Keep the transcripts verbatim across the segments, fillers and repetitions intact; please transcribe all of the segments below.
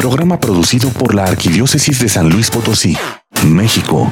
Programa producido por la Arquidiócesis de San Luis Potosí, México.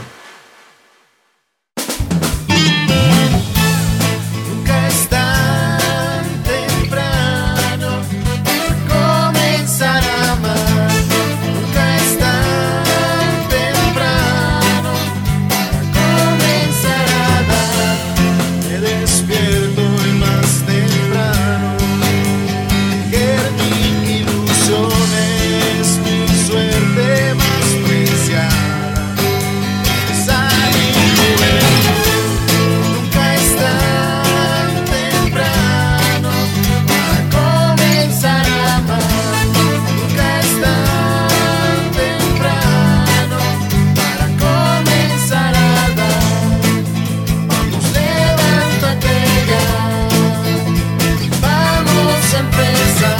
Nunca es tan temprano para comenzar a amar. Nunca es tan temprano para comenzar a dar. Me despierto el más temprano, que mi ilusión es mi suerte más preciada. Salir juventud, nunca es tan temprano para comenzar a amar. Nunca es tan temprano para comenzar a dar. Vamos, levántate ya, vamos a empezar.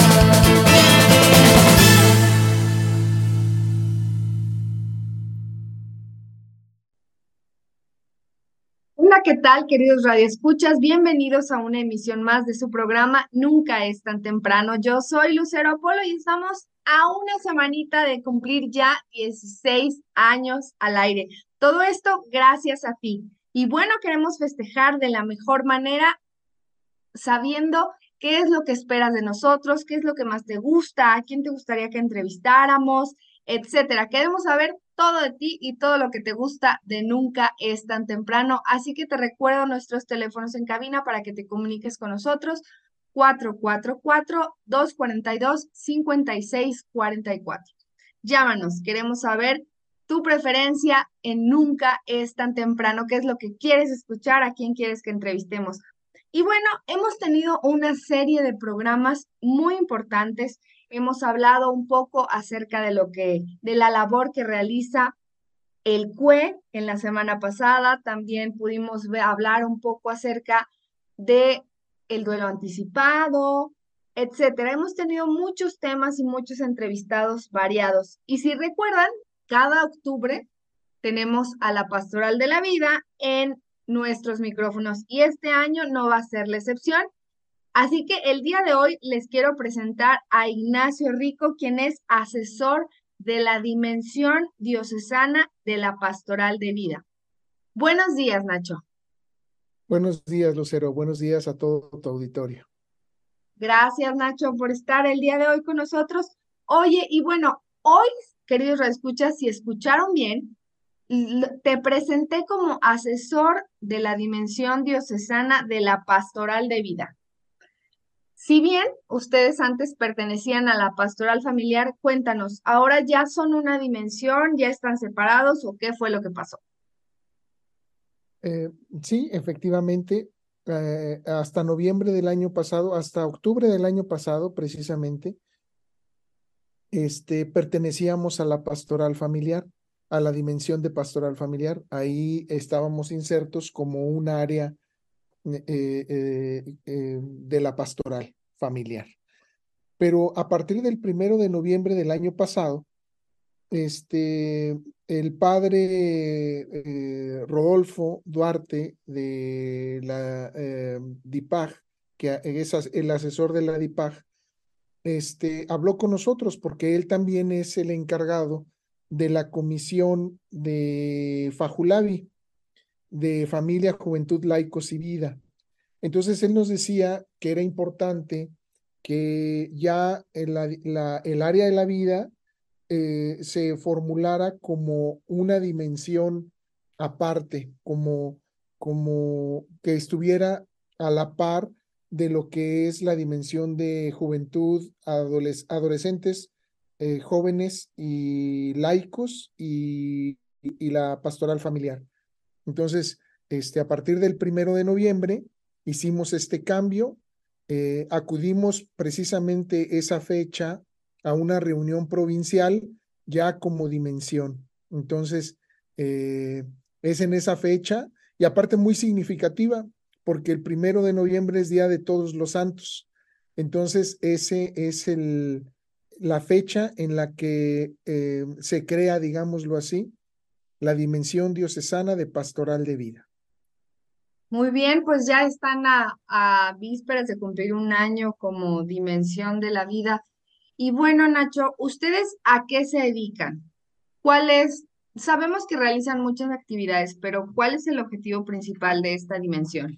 Hola, ¿qué tal, queridos radioescuchas? Bienvenidos a una emisión más de su programa Nunca es tan temprano. Yo soy Lucero Apolo y estamos a una semanita de cumplir ya dieciséis años al aire. Todo esto gracias a ti. Y bueno, queremos festejar de la mejor manera sabiendo qué es lo que esperas de nosotros, qué es lo que más te gusta, a quién te gustaría que entrevistáramos, etcétera. Queremos saber todo de ti y todo lo que te gusta de Nunca es tan temprano. Así que te recuerdo nuestros teléfonos en cabina para que te comuniques con nosotros: cuatro cuatro cuatro, dos cuatro dos, cinco seis cuatro cuatro. Llámanos, queremos saber tu preferencia en Nunca es tan temprano, qué es lo que quieres escuchar, a quién quieres que entrevistemos. Y bueno, hemos tenido una serie de programas muy importantes. Hemos hablado un poco acerca de lo que, de la labor que realiza el C U E en la semana pasada. También pudimos ve- hablar un poco acerca de el duelo anticipado, etcétera. Hemos tenido muchos temas y muchos entrevistados variados. Y si recuerdan, cada octubre tenemos a la Pastoral de la Vida en nuestros micrófonos y este año no va a ser la excepción. Así que el día de hoy les quiero presentar a Ignacio Rico, quien es asesor de la Dimensión Diocesana de la Pastoral de Vida. Buenos días, Nacho. Buenos días, Lucero. Buenos días a todo tu auditorio. Gracias, Nacho, por estar el día de hoy con nosotros. Oye, y bueno, hoy, queridos radioescuchas, si escucharon bien, l- te presenté como asesor de la Dimensión Diocesana de la Pastoral de Vida. Si bien ustedes antes pertenecían a la pastoral familiar, cuéntanos, ¿ahora ya son una dimensión, ya están separados o qué fue lo que pasó? Eh, sí, efectivamente, eh, hasta noviembre del año pasado, hasta octubre del año pasado, precisamente, este, pertenecíamos a la pastoral familiar, a la dimensión de pastoral familiar. Ahí estábamos insertos como un área eh, eh, eh, de la pastoral familiar. Pero a partir del primero de noviembre del año pasado, este, el padre eh, Rodolfo Duarte de la eh, DIPAG, que es as- el asesor de la DIPAG, este, habló con nosotros porque él también es el encargado de la comisión de Fajulavi, de Familia, Juventud, Laicos y Vida. Entonces él nos decía que era importante que ya en la- la- el área de la vida eh, se formulara como una dimensión aparte, como, como que estuviera a la par de lo que es la dimensión de juventud, adoles- adolescentes, eh, jóvenes y laicos y, y la pastoral familiar. Entonces, este, a partir del primero de noviembre hicimos este cambio, eh, acudimos precisamente esa fecha a una reunión provincial ya como dimensión. Entonces, eh, es en esa fecha y aparte muy significativa porque el primero de noviembre es Día de Todos los Santos. Entonces, ese es el, la fecha en la que eh, se crea, digámoslo así, la dimensión diocesana de pastoral de vida. Muy bien, pues ya están a, a vísperas de cumplir un año como dimensión de la vida. Y bueno, Nacho, ¿ustedes a qué se dedican? ¿Cuál es? Sabemos que realizan muchas actividades, pero ¿cuál es el objetivo principal de esta dimensión?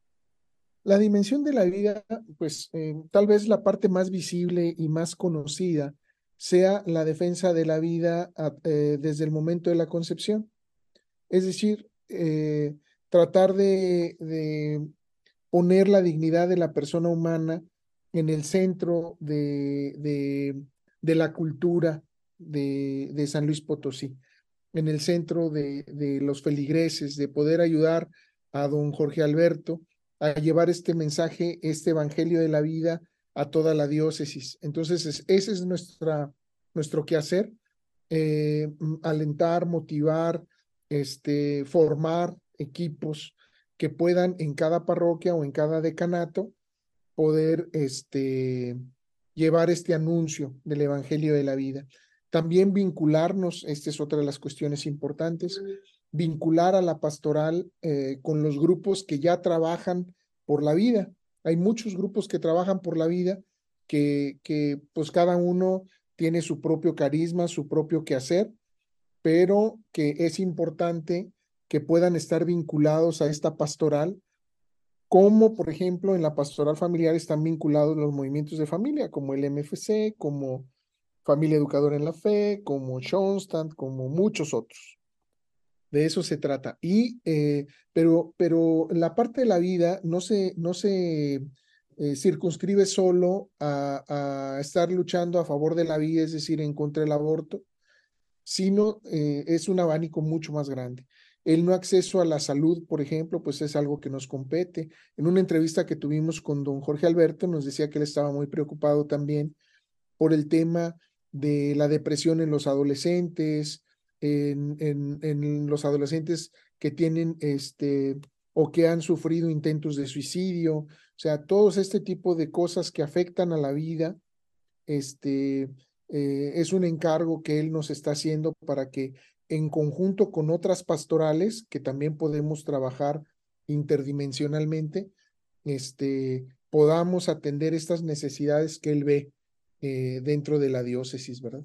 La dimensión de la vida, pues eh, tal vez la parte más visible y más conocida sea la defensa de la vida a- eh, desde el momento de la concepción. Es decir, eh, tratar de, de poner la dignidad de la persona humana en el centro de, de, de la cultura de, de San Luis Potosí, en el centro de, de los feligreses, de poder ayudar a don Jorge Alberto a llevar este mensaje, este evangelio de la vida a toda la diócesis. Entonces, es- ese es nuestra, nuestro quehacer, eh, m- alentar, motivar, este, formar equipos que puedan en cada parroquia o en cada decanato poder este, llevar este anuncio del Evangelio de la vida. También vincularnos, esta es otra de las cuestiones importantes, vincular a la pastoral eh, con los grupos que ya trabajan por la vida. Hay muchos grupos que trabajan por la vida, que, que pues cada uno tiene su propio carisma, su propio quehacer, pero que es importante que puedan estar vinculados a esta pastoral, como por ejemplo en la pastoral familiar están vinculados los movimientos de familia, como el M F C, como Familia Educadora en la Fe, como Schoenstatt, como muchos otros. De eso se trata. Y, eh, pero, pero la parte de la vida no se, no se eh, circunscribe solo a, a estar luchando a favor de la vida, es decir, en contra del aborto, sino eh, es un abanico mucho más grande. El no acceso a la salud, por ejemplo, pues es algo que nos compete. En una entrevista que tuvimos con don Jorge Alberto, nos decía que él estaba muy preocupado también por el tema de la depresión en los adolescentes, en, en, en los adolescentes que tienen este o que han sufrido intentos de suicidio, o sea, todos este tipo de cosas que afectan a la vida, este, eh, es un encargo que él nos está haciendo para que en conjunto con otras pastorales que también podemos trabajar interdimensionalmente, este, podamos atender estas necesidades que él ve eh, dentro de la diócesis, ¿verdad?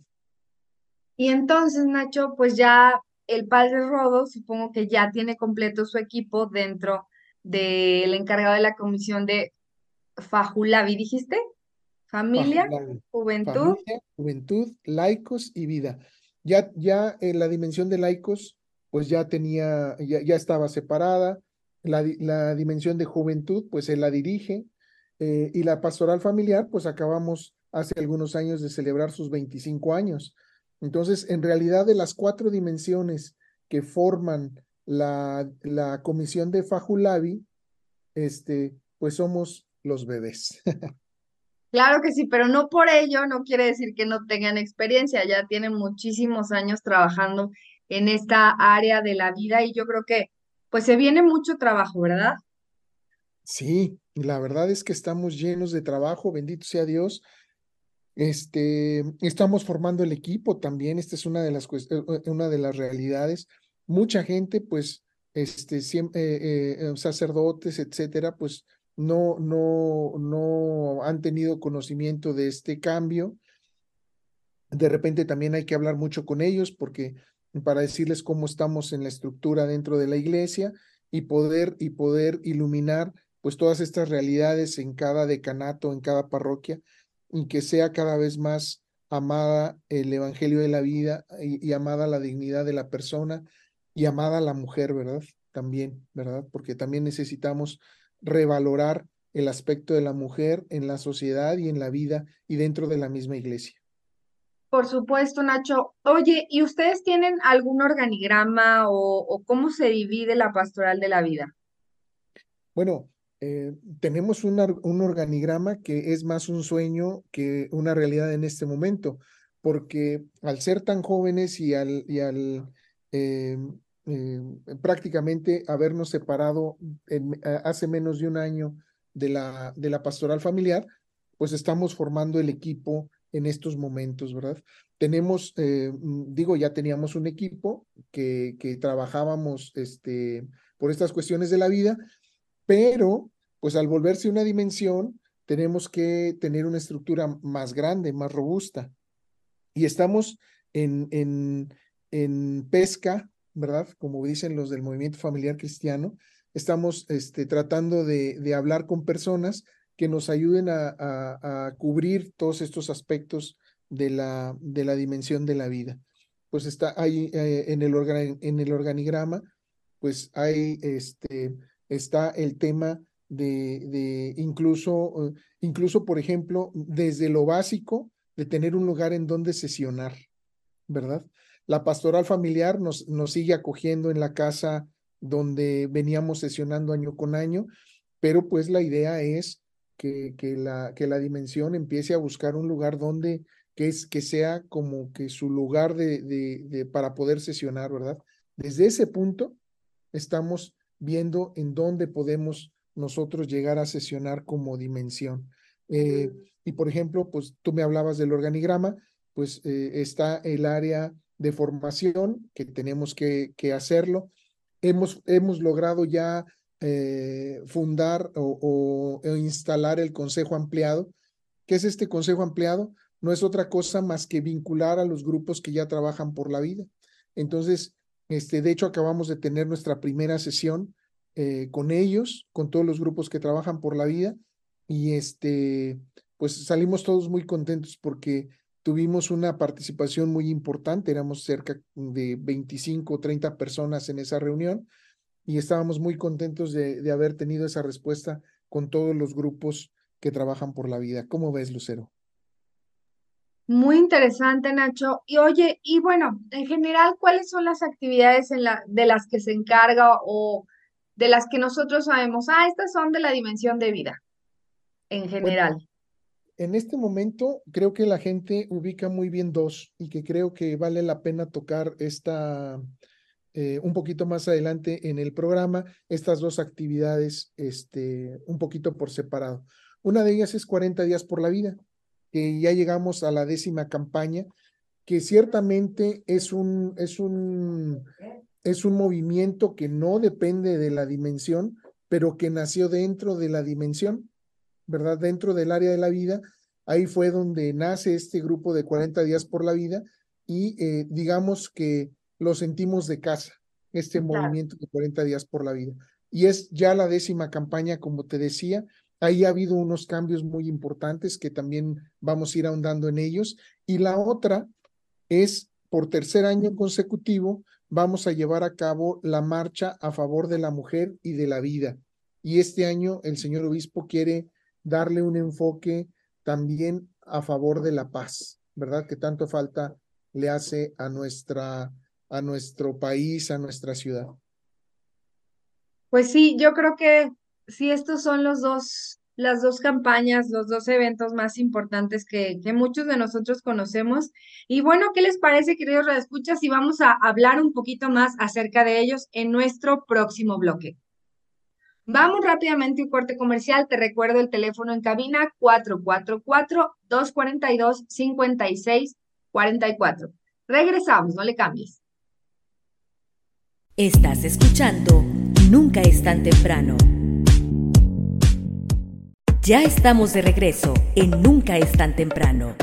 Y entonces, Nacho, pues ya el padre Rodo, supongo que ya tiene completo su equipo dentro del encargado de la comisión de Fajulavi, ¿dijiste? Familia, Fajulari. juventud. Familia, juventud, laicos y vida. Ya, ya en la dimensión de laicos, pues ya tenía, ya, ya estaba separada. La, di- la dimensión de juventud, pues él la dirige. Eh, y la pastoral familiar, pues acabamos hace algunos años de celebrar sus veinticinco años. Entonces, en realidad, de las cuatro dimensiones que forman la, la comisión de Fajulavi, este, pues somos los bebés. Claro que sí, pero no por ello no quiere decir que no tengan experiencia, ya tienen muchísimos años trabajando en esta área de la vida y yo creo que pues se viene mucho trabajo, ¿verdad? Sí, la verdad es que estamos llenos de trabajo, bendito sea Dios. Este, estamos formando el equipo también, esta es una de las, cuest- eh, eh, una de las realidades. Mucha gente, pues, este, siempre, eh, eh, sacerdotes, etcétera, pues, no, no, no han tenido conocimiento de este cambio. De repente también hay que hablar mucho con ellos porque para decirles cómo estamos en la estructura dentro de la iglesia y poder y poder iluminar pues todas estas realidades en cada decanato, en cada parroquia y que sea cada vez más amada el evangelio de la vida y, y amada la dignidad de la persona y amada la mujer, ¿verdad? También, ¿verdad? Porque también necesitamos revalorar el aspecto de la mujer en la sociedad y en la vida y dentro de la misma iglesia. Por supuesto, Nacho. Oye, ¿y ustedes tienen algún organigrama o, o cómo se divide la pastoral de la vida? Bueno, eh, tenemos un, ar- un organigrama que es más un sueño que una realidad en este momento, porque al ser tan jóvenes y al, y al eh, eh, prácticamente habernos separado en- a- hace menos de un año de la, de la pastoral familiar, pues estamos formando el equipo en estos momentos, ¿verdad? Tenemos, eh, mm, digo, ya teníamos un equipo que, que trabajábamos este, por estas cuestiones de la vida, pero pues al volverse una dimensión, tenemos que tener una estructura más grande, más robusta. Y estamos en, en, en pesca, ¿verdad? Como dicen los del movimiento familiar cristiano, estamos este, tratando de, de hablar con personas que nos ayuden a, a, a cubrir todos estos aspectos de la, de la dimensión de la vida. Pues está ahí eh, en, el organ, en el organigrama, pues hay este, está el tema de, de incluso, incluso, por ejemplo, desde lo básico, de tener un lugar en donde sesionar, ¿verdad? La pastoral familiar nos, nos sigue acogiendo en la casa donde veníamos sesionando año con año, pero pues la idea es que, que, la, que la dimensión empiece a buscar un lugar donde que, es, que sea como que su lugar de, de, de, para poder sesionar, ¿verdad? Desde ese punto estamos viendo en dónde podemos nosotros llegar a sesionar como dimensión. Eh, y por ejemplo, pues tú me hablabas del organigrama, pues eh, está el área de formación, que tenemos que, que hacerlo. Hemos, hemos logrado ya eh, fundar o, o, o instalar el Consejo Ampliado. ¿Qué es este Consejo Ampliado? No es otra cosa más que vincular a los grupos que ya trabajan por la vida. Entonces, este, de hecho, acabamos de tener nuestra primera sesión eh, con ellos, con todos los grupos que trabajan por la vida, y este, pues salimos todos muy contentos porque tuvimos una participación muy importante, éramos cerca de veinticinco o treinta personas en esa reunión, y estábamos muy contentos de, de haber tenido esa respuesta con todos los grupos que trabajan por la vida. ¿Cómo ves, Lucero? Muy interesante, Nacho. Y oye, y bueno, en general, ¿cuáles son las actividades en la, de las que se encarga o de las que nosotros sabemos? Ah, estas son de la dimensión de vida, en Bueno, general. en este momento creo que la gente ubica muy bien dos y que creo que vale la pena tocar esta, eh, un poquito más adelante en el programa, estas dos actividades este, un poquito por separado. Una de ellas es cuarenta días por la vida, que ya llegamos a la décima campaña, que ciertamente es un, es un, es un movimiento que no depende de la dimensión, pero que nació dentro de la dimensión, ¿verdad? Dentro del área de la vida, ahí fue donde nace este grupo de cuarenta días por la vida y eh, digamos que lo sentimos de casa, este Claro. movimiento de cuarenta días por la vida. Y es ya la décima campaña, como te decía, ahí ha habido unos cambios muy importantes que también vamos a ir ahondando en ellos. Y la otra es, por tercer año consecutivo, vamos a llevar a cabo la marcha a favor de la mujer y de la vida. Y este año el señor obispo quiere darle un enfoque también a favor de la paz, ¿verdad? Que tanto falta le hace a nuestra, a nuestro país, a nuestra ciudad. Pues sí, yo creo que sí, estos son los dos, las dos campañas, los dos eventos más importantes que, que muchos de nosotros conocemos. Y bueno, ¿qué les parece, queridos radioescuchas? Y vamos a hablar un poquito más acerca de ellos en nuestro próximo bloque. Vamos rápidamente a un corte comercial. Te recuerdo el teléfono en cabina cuatro cuatro cuatro, dos cuatro dos, cinco seis cuatro cuatro. Regresamos, no le cambies. Estás escuchando Nunca es tan temprano. Ya estamos de regreso en Nunca es tan temprano.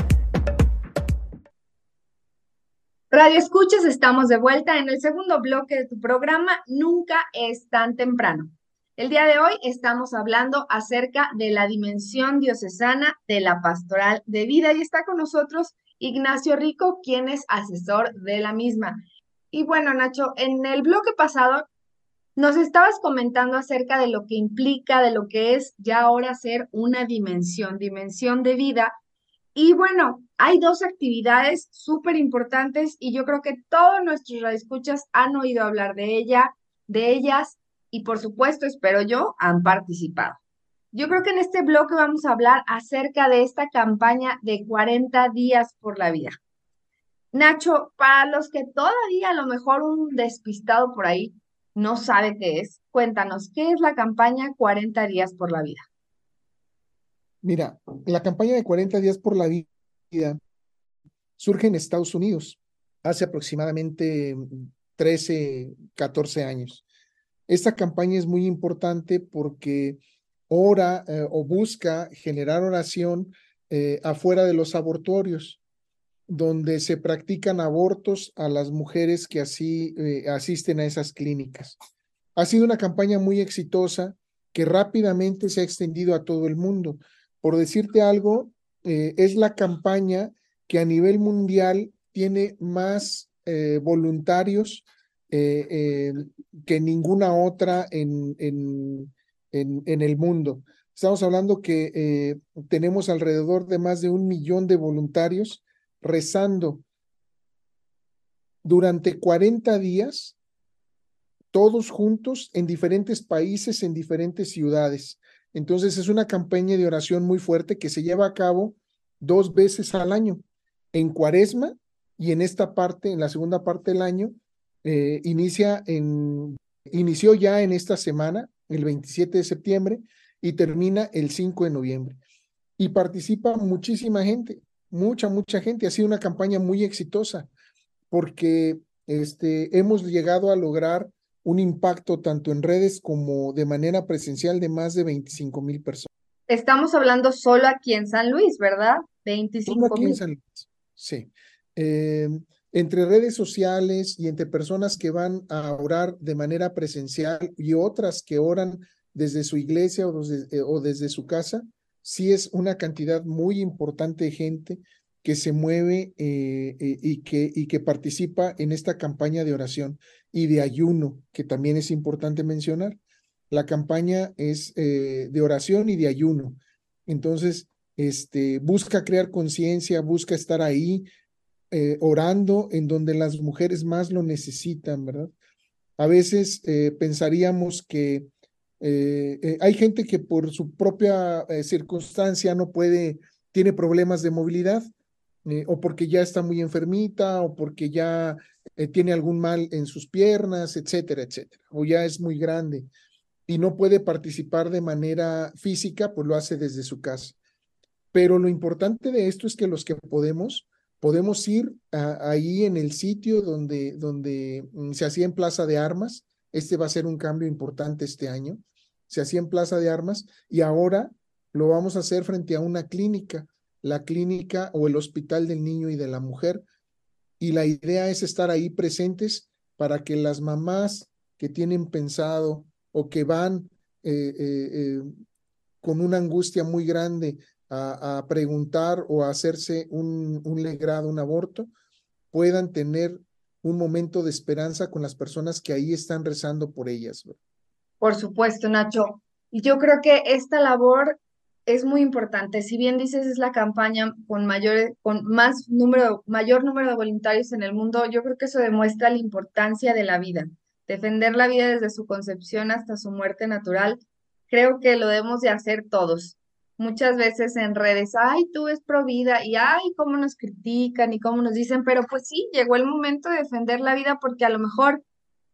Radio Escuchas, estamos de vuelta en el segundo bloque de tu programa Nunca es tan temprano. El día de hoy estamos hablando acerca de la dimensión diocesana de la pastoral de vida y está con nosotros Ignacio Rico, quien es asesor de la misma. Y bueno, Nacho, en el bloque pasado nos estabas comentando acerca de lo que implica, de lo que es ya ahora ser una dimensión, dimensión de vida. Y bueno, hay dos actividades súper importantes y yo creo que todos nuestros radioescuchas han oído hablar de ella, de ellas y por supuesto, espero yo, han participado. Yo creo que en este bloque vamos a hablar acerca de esta campaña de cuarenta días por la vida. Nacho, para los que todavía a lo mejor un despistado por ahí no sabe qué es, cuéntanos, ¿qué es la campaña cuarenta días por la vida? Mira, la campaña de cuarenta días por la vida surge en Estados Unidos hace aproximadamente trece, catorce años. Esta campaña es muy importante porque ora eh, o busca generar oración eh, afuera de los abortorios, donde se practican abortos a las mujeres que así eh, asisten a esas clínicas. Ha sido una campaña muy exitosa que rápidamente se ha extendido a todo el mundo. Por decirte algo, eh, es la campaña que a nivel mundial tiene más eh, voluntarios eh, eh, que ninguna otra en, en, en, en el mundo. Estamos hablando que eh, tenemos alrededor de más de un millón de voluntarios rezando durante cuarenta días, todos juntos en diferentes países, en diferentes ciudades. Entonces es una campaña de oración muy fuerte que se lleva a cabo dos veces al año, en Cuaresma y en esta parte, en la segunda parte del año, eh, inicia en, inició ya en esta semana, el veintisiete de septiembre, y termina el cinco de noviembre. Y participa muchísima gente, mucha, mucha gente. Ha sido una campaña muy exitosa porque este, hemos llegado a lograr un impacto tanto en redes como de manera presencial de más de veinticinco mil personas. Estamos hablando solo aquí en San Luis, ¿verdad? Solo veinticinco aquí en mil. San Luis, sí. Eh, entre redes sociales y entre personas que van a orar de manera presencial y otras que oran desde su iglesia o desde, eh, o desde su casa, sí es una cantidad muy importante de gente que se mueve eh, eh, y, que, y que participa en esta campaña de oración y de ayuno, que también es importante mencionar. La campaña es eh, de oración y de ayuno. Entonces, este, busca crear conciencia, busca estar ahí eh, orando en donde las mujeres más lo necesitan, ¿verdad? A veces eh, pensaríamos que eh, eh, hay gente que por su propia eh, circunstancia no puede, tiene problemas de movilidad, eh, o porque ya está muy enfermita, o porque ya eh, tiene algún mal en sus piernas, etcétera, etcétera, o ya es muy grande y no puede participar de manera física, pues lo hace desde su casa. Pero lo importante de esto es que los que podemos, podemos ir a, ahí en el sitio donde, donde mm, se hacía en Plaza de Armas. Este va a ser un cambio importante este año. Se hacía en Plaza de Armas y ahora lo vamos a hacer frente a una clínica, la clínica o el Hospital del Niño y de la Mujer. Y la idea es estar ahí presentes para que las mamás que tienen pensado o que van eh, eh, eh, con una angustia muy grande a, a preguntar o a hacerse un, un legrado, un aborto, puedan tener un momento de esperanza con las personas que ahí están rezando por ellas. Por supuesto, Nacho. Y yo creo que esta labor es muy importante. Si bien dices es la campaña con mayor, con más número, mayor número de voluntarios en el mundo, yo creo que eso demuestra la importancia de la vida. Defender la vida desde su concepción hasta su muerte natural, creo que lo debemos de hacer todos. Muchas veces en redes, ay, tú es pro vida, y ay, cómo nos critican y cómo nos dicen, pero pues sí, llegó el momento de defender la vida porque a lo mejor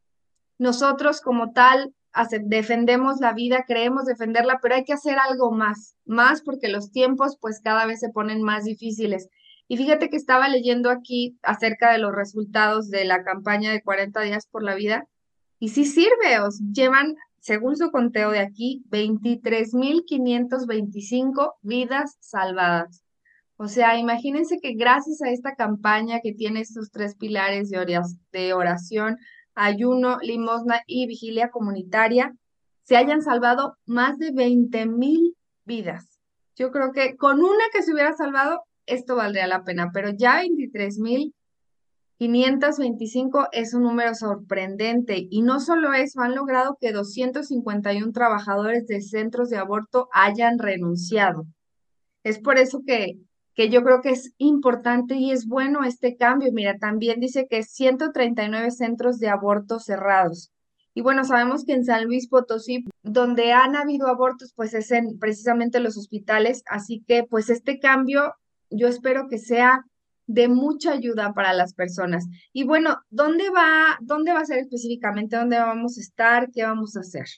nosotros como tal hace- defendemos la vida, creemos defenderla, pero hay que hacer algo más, más porque los tiempos pues cada vez se ponen más difíciles. Y fíjate que estaba leyendo aquí acerca de los resultados de la campaña de cuarenta días por la vida y sí sirve, os llevan, según su conteo de aquí, veintitrés mil quinientos veinticinco vidas salvadas. O sea, imagínense que gracias a esta campaña que tiene estos tres pilares de oras- de oración, ayuno, limosna y vigilia comunitaria, se hayan salvado más de veinte mil vidas. Yo creo que con una que se hubiera salvado, esto valdría la pena, pero ya veintitrés mil quinientos veinticinco es un número sorprendente y no solo eso, han logrado que doscientos cincuenta y uno trabajadores de centros de aborto hayan renunciado. Es por eso que, que yo creo que es importante y es bueno este cambio. Mira, también dice que ciento treinta y nueve centros de aborto cerrados. Y bueno, sabemos que en San Luis Potosí, donde han habido abortos, pues es en precisamente los hospitales. Así que pues este cambio yo espero que sea de mucha ayuda para las personas. Y bueno, ¿dónde va, dónde va a ser específicamente? ¿Dónde vamos a estar? ¿Qué vamos a hacer?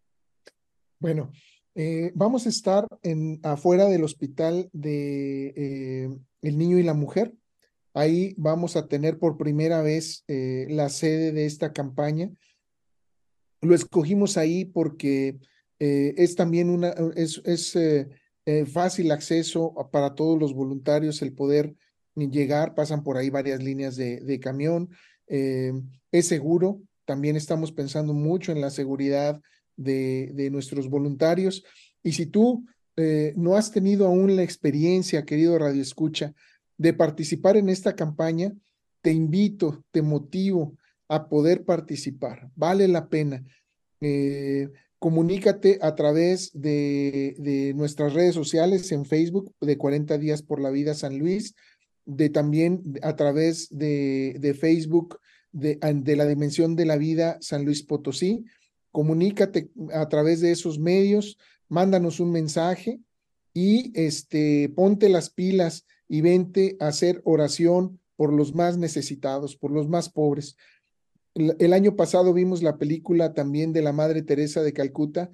Bueno, eh, vamos a estar en, afuera del Hospital de eh, el Niño y la Mujer. Ahí vamos a tener por primera vez eh, la sede de esta campaña. Lo escogimos ahí porque Eh, es también una, es, es eh, eh, fácil acceso para todos los voluntarios el poder llegar, pasan por ahí varias líneas de, de camión, eh, es seguro, también estamos pensando mucho en la seguridad de, de nuestros voluntarios. Y si tú eh, no has tenido aún la experiencia, querido Radio Escucha, de participar en esta campaña, te invito, te motivo a poder participar. Vale la pena. Eh, Comunícate a través de, de nuestras redes sociales en Facebook de cuarenta días por la vida San Luis, de también a través de, de Facebook de, de la Dimensión de la Vida San Luis Potosí. Comunícate a través de esos medios, mándanos un mensaje y este, ponte las pilas y vente a hacer oración por los más necesitados, por los más pobres. El, el año pasado vimos la película también de la Madre Teresa de Calcuta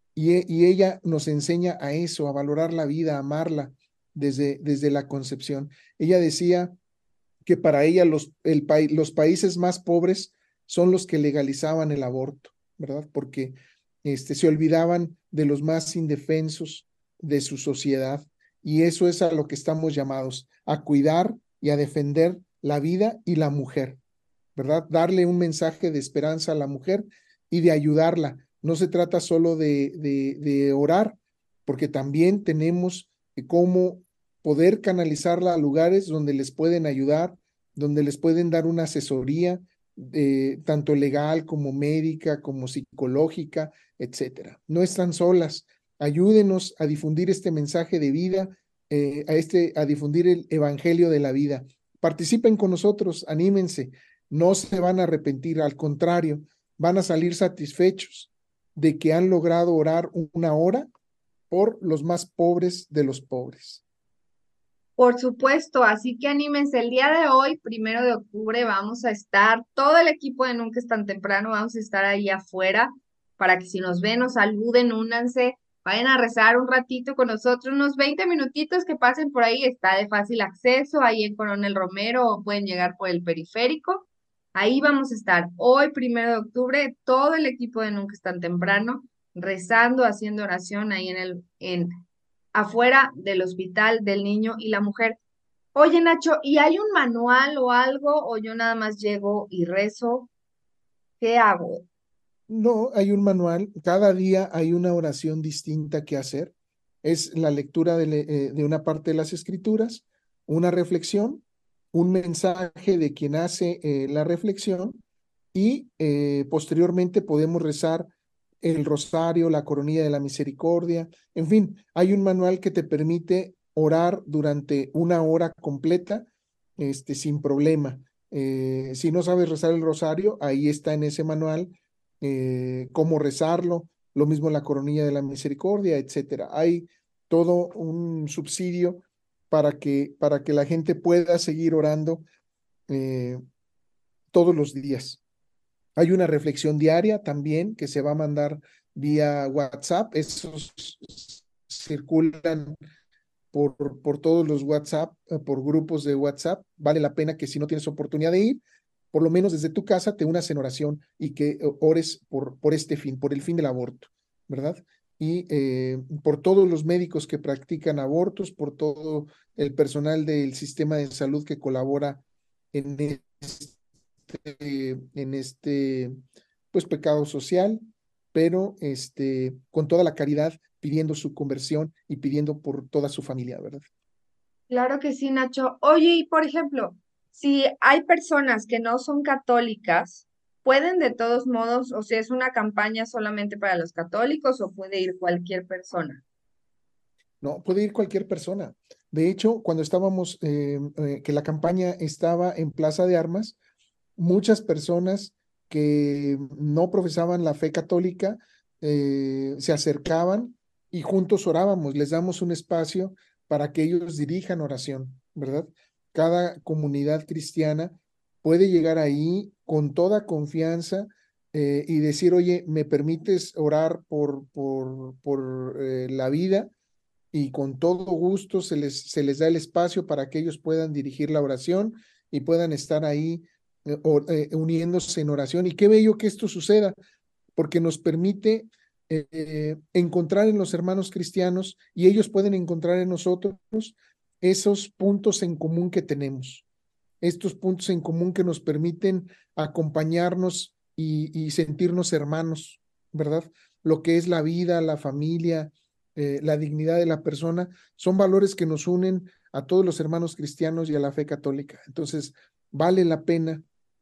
y, y ella nos enseña a eso, a valorar la vida, a amarla desde, desde la concepción. Ella decía que para ella los, el pa los países más pobres son los que legalizaban el aborto, ¿verdad? Porque este, se olvidaban de los más indefensos de su sociedad y eso es a lo que estamos llamados, a cuidar y a defender la vida y la mujer, ¿verdad? Darle un mensaje de esperanza a la mujer y de ayudarla. No se trata solo de, de, de orar, porque también tenemos cómo poder canalizarla a lugares donde les pueden ayudar, donde les pueden dar una asesoría, eh, tanto legal como médica, como psicológica, etcétera. No están solas. Ayúdenos a difundir este mensaje de vida, eh, a, este, a difundir el evangelio de la vida. Participen con nosotros, anímense. No se van a arrepentir, al contrario, van a salir satisfechos de que han logrado orar una hora por los más pobres de los pobres. Por supuesto, así que anímense. El día de hoy, primero de octubre, vamos a estar, todo el equipo de Nunca es tan temprano, vamos a estar ahí afuera para que si nos ven, nos saluden, únanse, vayan a rezar un ratito con nosotros, unos veinte minutitos que pasen por ahí, está de fácil acceso, ahí en Coronel Romero, o pueden llegar por el periférico. Ahí vamos a estar hoy, primero de octubre, todo el equipo de Nunca es tan temprano, rezando, haciendo oración ahí en el, en afuera del hospital del niño y la mujer. Oye, Nacho, ¿y hay un manual o algo o yo nada más llego y rezo? ¿Qué hago? No, hay un manual, cada día hay una oración distinta que hacer. Es la lectura de, eh, de una parte de las escrituras, una reflexión, un mensaje de quien hace eh, la reflexión y eh, posteriormente podemos rezar el rosario, la coronilla de la misericordia. En fin, hay un manual que te permite orar durante una hora completa este, sin problema. Eh, si no sabes rezar el rosario, ahí está en ese manual eh, cómo rezarlo, lo mismo la coronilla de la misericordia, etcétera. Hay todo un subsidio para que, para que la gente pueda seguir orando eh, todos los días. Hay una reflexión diaria también que se va a mandar vía WhatsApp. Esos circulan por, por todos los WhatsApp, por grupos de WhatsApp. Vale la pena que si no tienes oportunidad de ir, por lo menos desde tu casa te unas en oración y que ores por, por este fin, por el fin del aborto, ¿verdad? Y eh, por todos los médicos que practican abortos, por todo el personal del sistema de salud que colabora en este, en este pues, pecado social, pero este, con toda la caridad, pidiendo su conversión y pidiendo por toda su familia, ¿verdad? Claro que sí, Nacho. Oye, y por ejemplo, si hay personas que no son católicas, ¿pueden de todos modos, o sea, es una campaña solamente para los católicos o puede ir cualquier persona? No, puede ir cualquier persona. De hecho, cuando estábamos, eh, eh, que la campaña estaba en Plaza de Armas, muchas personas que no profesaban la fe católica eh, se acercaban y juntos orábamos, les damos un espacio para que ellos dirijan oración, ¿verdad? Cada comunidad cristiana puede llegar ahí con toda confianza eh, y decir, oye, ¿me permites orar por, por, por eh, la vida? Y con todo gusto se les, se les da el espacio para que ellos puedan dirigir la oración y puedan estar ahí eh, o, eh, uniéndose en oración. Y qué bello que esto suceda, porque nos permite eh, eh, encontrar en los hermanos cristianos y ellos pueden encontrar en nosotros esos puntos en común que tenemos, estos puntos en común que nos permiten acompañarnos y, y sentirnos hermanos, ¿verdad? Lo que es la vida, la familia, eh, la dignidad de la persona, son valores que nos unen a todos los hermanos cristianos y a la fe católica. Entonces, vale la pena.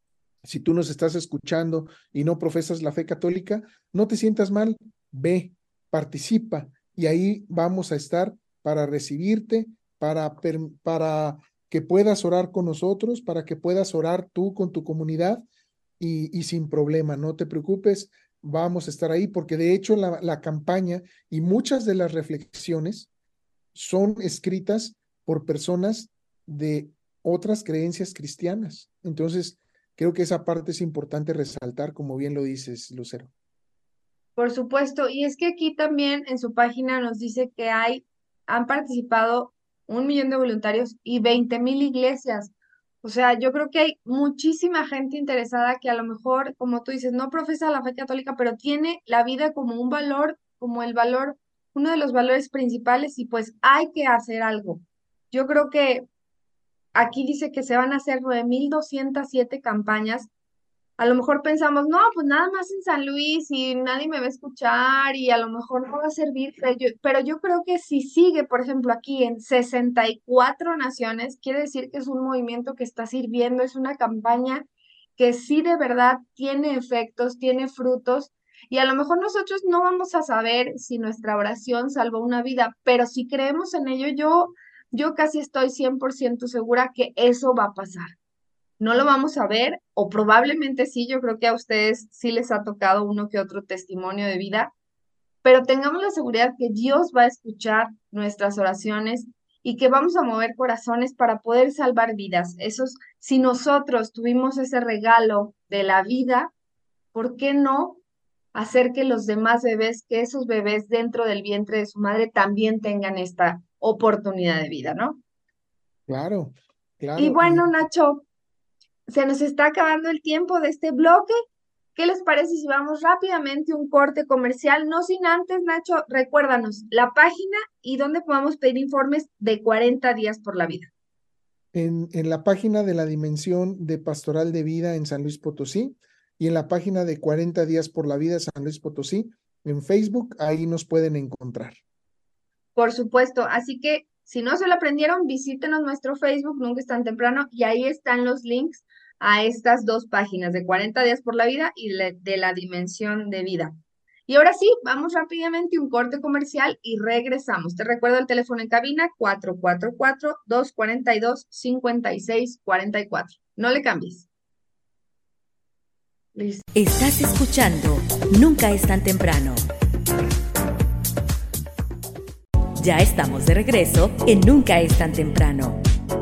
Si tú nos estás escuchando y no profesas la fe católica, no te sientas mal, ve, participa y ahí vamos a estar para recibirte, para, para que puedas orar con nosotros, para que puedas orar tú con tu comunidad y, y sin problema, no te preocupes, vamos a estar ahí porque de hecho la, la campaña y muchas de las reflexiones son escritas por personas de otras creencias cristianas. Entonces, creo que esa parte es importante resaltar, como bien lo dices, Lucero. Por supuesto, y es que aquí también en su página nos dice que hay, han participado un millón de voluntarios y veinte mil iglesias. O sea, yo creo que hay muchísima gente interesada que a lo mejor, como tú dices, no profesa la fe católica, pero tiene la vida como un valor, como el valor, uno de los valores principales y pues hay que hacer algo. Yo creo que aquí dice que se van a hacer nueve mil doscientas siete campañas. A lo mejor pensamos, no, pues nada más en San Luis y nadie me va a escuchar y a lo mejor no va a servir, pero yo, pero yo creo que si sigue, por ejemplo, aquí en sesenta y cuatro naciones, quiere decir que es un movimiento que está sirviendo, es una campaña que sí de verdad tiene efectos, tiene frutos y a lo mejor nosotros no vamos a saber si nuestra oración salvó una vida, pero si creemos en ello, yo, yo casi estoy cien por ciento segura que eso va a pasar. No lo vamos a ver, o probablemente sí, yo creo que a ustedes sí les ha tocado uno que otro testimonio de vida, pero tengamos la seguridad que Dios va a escuchar nuestras oraciones y que vamos a mover corazones para poder salvar vidas. Esos, si nosotros tuvimos ese regalo de la vida, ¿por qué no hacer que los demás bebés, que esos bebés dentro del vientre de su madre también tengan esta oportunidad de vida, ¿no? Claro, Y claro. Y bueno, Nacho, se nos está acabando el tiempo de este bloque. ¿Qué les parece si vamos rápidamente a un corte comercial? No sin antes, Nacho, recuérdanos la página y dónde podemos pedir informes de cuarenta días por la vida. en, en la página de la Dimensión de Pastoral de Vida en San Luis Potosí y en la página de cuarenta días por la vida San Luis Potosí, en Facebook, ahí nos pueden encontrar. Por supuesto, así que si no se lo aprendieron, visítenos nuestro Facebook, Nunca es tan temprano, y ahí están los links a estas dos páginas de cuarenta días por la vida y de, de la Dimensión de Vida. Y ahora sí, vamos rápidamente a un corte comercial y regresamos. Te recuerdo el teléfono en cabina cuatro cuatro cuatro, dos cuatro dos, cinco seis cuatro cuatro. No le cambies. Listo. Estás escuchando Nunca es tan temprano. Ya estamos de regreso en Nunca es tan temprano.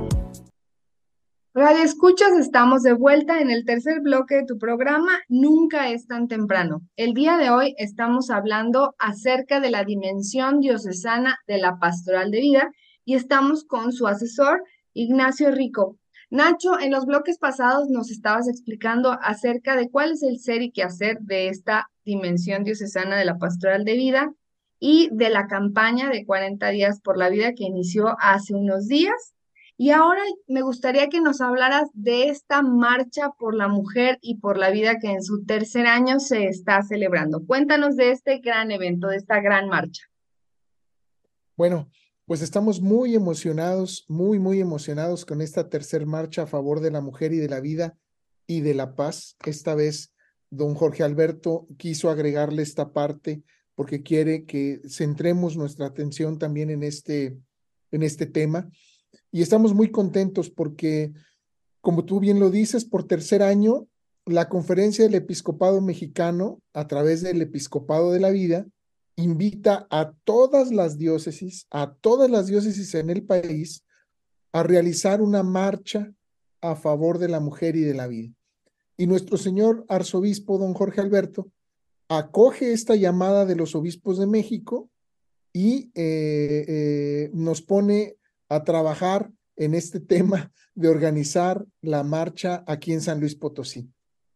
Radio Escuchas, estamos de vuelta en el tercer bloque de tu programa, Nunca es tan temprano. El día de hoy estamos hablando acerca de la dimensión diocesana de la pastoral de vida y estamos con su asesor, Ignacio Rico. Nacho, en los bloques pasados nos estabas explicando acerca de cuál es el ser y qué hacer de esta dimensión diocesana de la pastoral de vida y de la campaña de cuarenta días por la vida que inició hace unos días. Y ahora me gustaría que nos hablaras de esta marcha por la mujer y por la vida que en su tercer año se está celebrando. Cuéntanos de este gran evento, de esta gran marcha. Bueno, pues estamos muy emocionados, muy, muy emocionados con esta tercer marcha a favor de la mujer y de la vida y de la paz. Esta vez, don Jorge Alberto quiso agregarle esta parte porque quiere que centremos nuestra atención también en este, en este tema. Y estamos muy contentos porque, como tú bien lo dices, por tercer año, la Conferencia del Episcopado Mexicano, a través del Episcopado de la Vida, invita a todas las diócesis, a todas las diócesis en el país, a realizar una marcha a favor de la mujer y de la vida. Y nuestro señor arzobispo, don Jorge Alberto, acoge esta llamada de los obispos de México y eh, eh, nos pone a trabajar en este tema de organizar la marcha aquí en San Luis Potosí.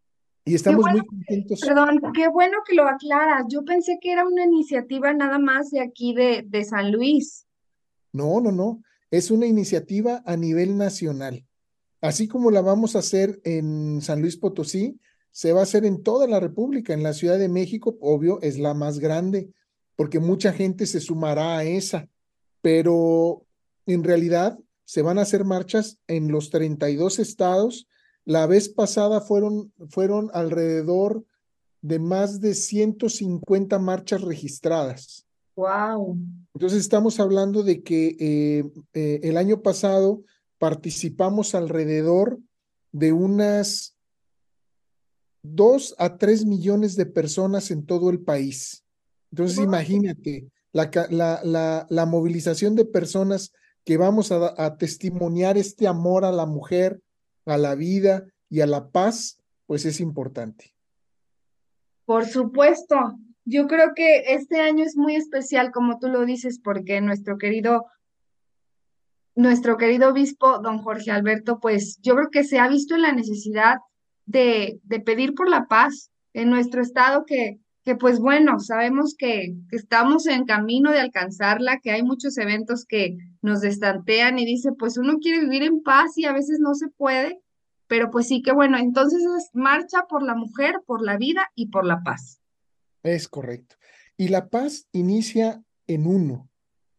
y Qué estamos bueno muy contentos. Perdón, qué bueno que lo aclaras. Yo pensé que era una iniciativa nada más de aquí de, de San Luis. No, no, no, es una iniciativa a nivel nacional. Así como la vamos a hacer en San Luis Potosí, se va a hacer en toda la República. En la Ciudad de México, obvio, es la más grande, porque mucha gente se sumará a esa, pero en realidad se van a hacer marchas en los treinta y dos estados. La vez pasada fueron, fueron alrededor de más de ciento cincuenta marchas registradas. Wow. Entonces estamos hablando de que eh, eh, el año pasado participamos alrededor de unas dos a tres millones de personas en todo el país. Entonces imagínate la, la, la, la movilización de personas que vamos a, a testimoniar este amor a la mujer, a la vida y a la paz, pues es importante. Por supuesto. Yo creo que este año es muy especial, como tú lo dices, porque nuestro querido nuestro querido obispo, don Jorge Alberto, pues yo creo que se ha visto en la necesidad de, de pedir por la paz en nuestro estado, que, que pues bueno, sabemos que, que estamos en camino de alcanzarla, que hay muchos eventos que nos destantean y dice, pues uno quiere vivir en paz y a veces no se puede, pero pues sí que bueno, entonces es marcha por la mujer, por la vida y por la paz. Es correcto. Y la paz inicia en uno.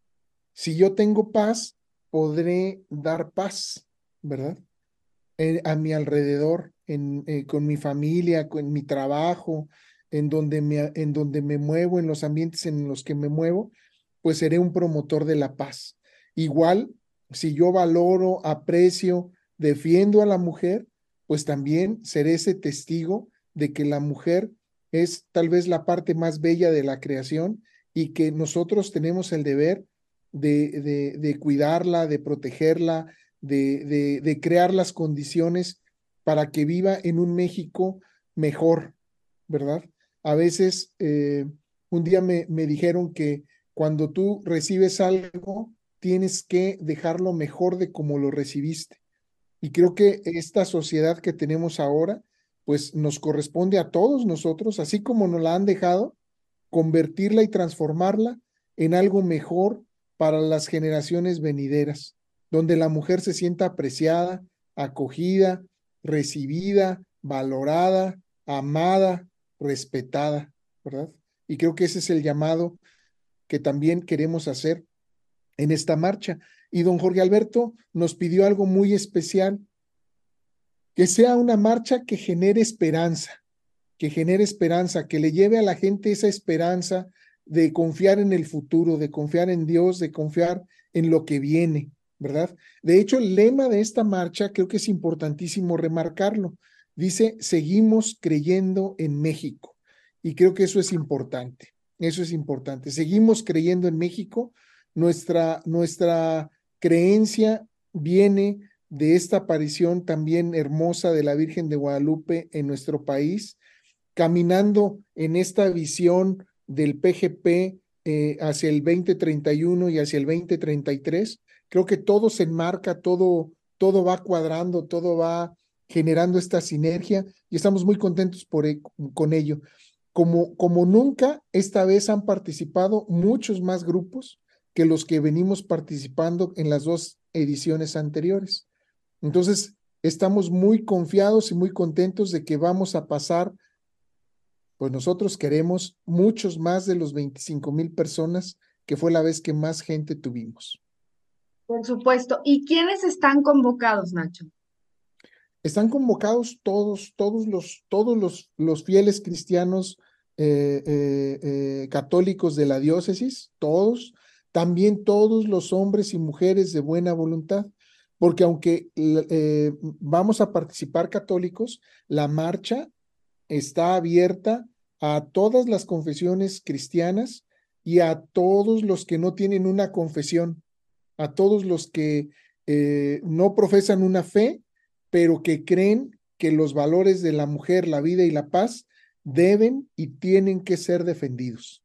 Si yo tengo paz, podré dar paz, ¿verdad? Eh, a mi alrededor, en, eh, con mi familia, con mi trabajo, en donde me, en donde me muevo, en los ambientes en los que me muevo, pues seré un promotor de la paz. Igual, si yo valoro, aprecio, defiendo a la mujer, pues también seré ese testigo de que la mujer es tal vez la parte más bella de la creación y que nosotros tenemos el deber de, de, de cuidarla, de protegerla, de, de, de crear las condiciones para que viva en un México mejor, ¿verdad? A veces, eh, un día me, me dijeron que cuando tú recibes algo, tienes que dejarlo mejor de como lo recibiste. Y creo que esta sociedad que tenemos ahora, pues nos corresponde a todos nosotros, así como nos la han dejado, convertirla y transformarla en algo mejor para las generaciones venideras, donde la mujer se sienta apreciada, acogida, recibida, valorada, amada, respetada, ¿verdad? Y creo que ese es el llamado que también queremos hacer en esta marcha. Y don Jorge Alberto nos pidió algo muy especial, que sea una marcha que genere esperanza, que genere esperanza, que le lleve a la gente esa esperanza de confiar en el futuro, de confiar en Dios, de confiar en lo que viene, ¿verdad? De hecho, el lema de esta marcha creo que es importantísimo remarcarlo. Dice, seguimos creyendo en México. Y creo que eso es importante, eso es importante. Seguimos creyendo en México. Nuestra, nuestra creencia viene de esta aparición también hermosa de la Virgen de Guadalupe en nuestro país, caminando en esta visión del P G P eh, hacia el veinte treinta y uno y hacia el veinte treinta y tres. Creo que todo se enmarca, todo, todo va cuadrando, todo va generando esta sinergia y estamos muy contentos por, con ello. Como, como nunca, esta vez han participado muchos más grupos que los que venimos participando en las dos ediciones anteriores. Entonces, estamos muy confiados y muy contentos de que vamos a pasar, pues nosotros queremos muchos más de los veinticinco mil personas, que fue la vez que más gente tuvimos. Por supuesto. ¿Y quiénes están convocados, Nacho? Están convocados todos, todos los, todos los, los fieles cristianos eh, eh, eh, católicos de la diócesis, todos, también todos los hombres y mujeres de buena voluntad, porque aunque eh, vamos a participar católicos, la marcha está abierta a todas las confesiones cristianas y a todos los que no tienen una confesión, a todos los que eh, no profesan una fe, pero que creen que los valores de la mujer, la vida y la paz deben y tienen que ser defendidos.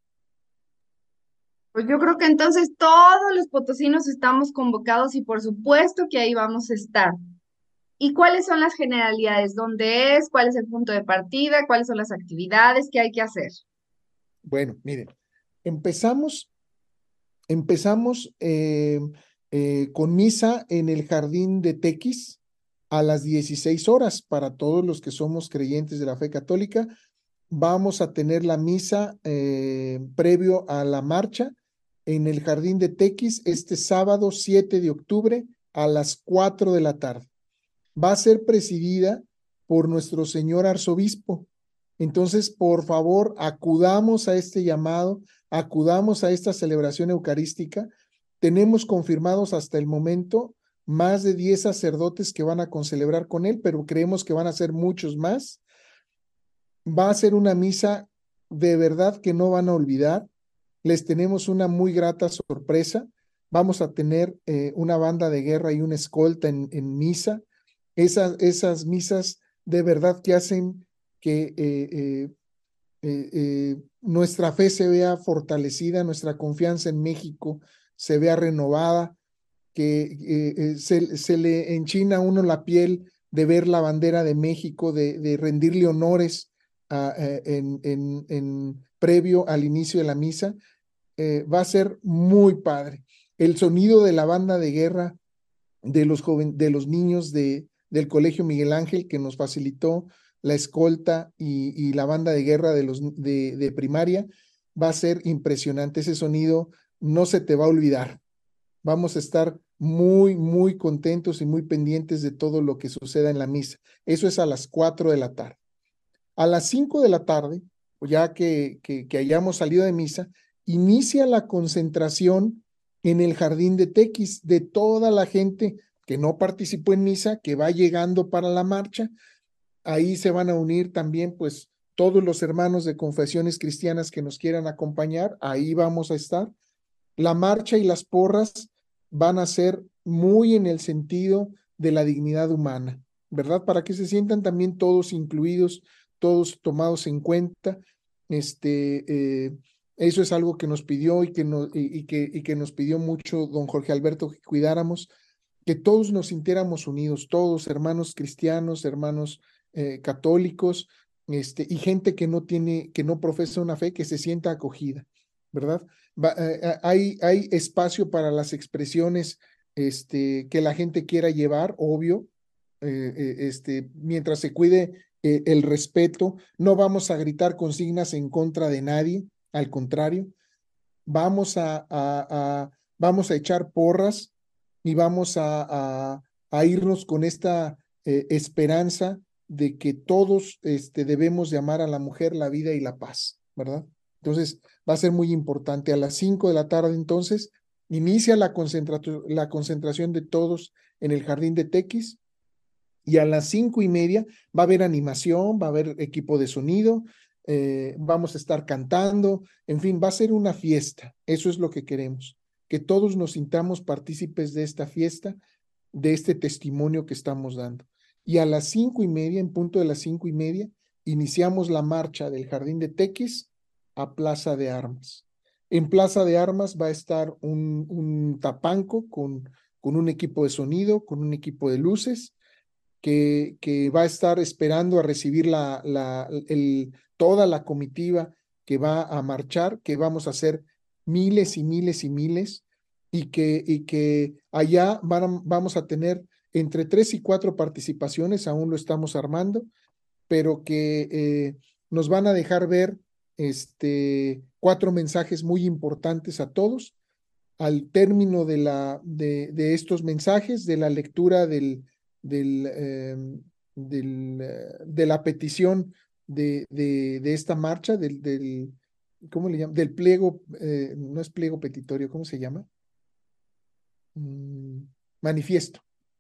Pues yo creo que entonces todos los potosinos estamos convocados y por supuesto que ahí vamos a estar. ¿Y cuáles son las generalidades? ¿Dónde es? ¿Cuál es el punto de partida? ¿Cuáles son las actividades? ¿Qué hay que hacer? Bueno, miren, empezamos, empezamos eh, eh, con misa en el Jardín de Tequis a las dieciséis horas para todos los que somos creyentes de la fe católica. Vamos a tener la misa eh, previo a la marcha en el Jardín de Tequis este sábado siete de octubre a las cuatro de la tarde. Va a ser presidida por nuestro señor arzobispo. Entonces, por favor, acudamos a este llamado, acudamos a esta celebración eucarística. Tenemos confirmados hasta el momento más de diez sacerdotes que van a concelebrar con él, pero creemos que van a ser muchos más. Va a ser una misa de verdad que no van a olvidar. Les tenemos una muy grata sorpresa. Vamos a tener eh, una banda de guerra y una escolta en, en misa. Esas, esas misas de verdad que hacen que eh, eh, eh, eh, nuestra fe se vea fortalecida, nuestra confianza en México se vea renovada, que eh, eh, se, se le enchina a uno la piel de ver la bandera de México, de, de rendirle honores a, eh, en, en, en previo al inicio de la misa. Eh, va a ser muy padre. El sonido de la banda de guerra de los, joven, de los niños de, del Colegio Miguel Ángel, que nos facilitó la escolta y, y la banda de guerra de, los, de, de primaria, va a ser impresionante. Ese sonido no se te va a olvidar. Vamos a estar muy, muy contentos y muy pendientes de todo lo que suceda en la misa. Eso es a las cuatro de la tarde. A las cinco de la tarde, ya que, que, que hayamos salido de misa, inicia la concentración en el Jardín de Tequis de toda la gente que no participó en misa, que va llegando para la marcha. Ahí se van a unir también, pues, todos los hermanos de confesiones cristianas que nos quieran acompañar. Ahí vamos a estar. La marcha y las porras van a ser muy en el sentido de la dignidad humana, ¿verdad? Para que se sientan también todos incluidos, todos tomados en cuenta. Este, eh, eso es algo que nos pidió y que, no, y, y, que, y que nos pidió mucho don Jorge Alberto que cuidáramos, que todos nos sintiéramos unidos, todos hermanos cristianos, hermanos eh, católicos, este, y gente que no tiene, que no profesa una fe, que se sienta acogida, ¿verdad? Va, eh, hay, hay espacio para las expresiones este, que la gente quiera llevar, obvio, eh, eh, este, mientras se cuide eh, el respeto. No vamos a gritar consignas en contra de nadie, al contrario, vamos a, a, a, vamos a echar porras y vamos a, a, a irnos con esta eh, esperanza de que todos este, debemos de amar a la mujer, la vida y la paz, ¿verdad? Entonces, va a ser muy importante. A las cinco de la tarde, entonces, inicia la, concentra la concentración de todos en el Jardín de Tequis, y a las cinco y media va a haber animación, va a haber equipo de sonido, eh, vamos a estar cantando, en fin, va a ser una fiesta. Eso es lo que queremos, que todos nos sintamos partícipes de esta fiesta, de este testimonio que estamos dando. Y a las cinco y media, en punto de las cinco y media, iniciamos la marcha del Jardín de Tequis a Plaza de Armas. En Plaza de Armas va a estar un, un tapanco con, con un equipo de sonido, con un equipo de luces, que, que va a estar esperando a recibir la, la, el, toda la comitiva que va a marchar, que vamos a hacer miles y miles y miles, y que, y que allá van a, vamos a tener entre tres y cuatro participaciones, aún lo estamos armando, pero que eh, nos van a dejar ver este, cuatro mensajes muy importantes a todos. Al término de, la, de, de estos mensajes, de la lectura del, del, eh, del, eh, de la petición de, de, de esta marcha, del, del, ¿cómo le llaman? Del pliego, eh, no es pliego petitorio, ¿cómo se llama? Mm, manifiesto.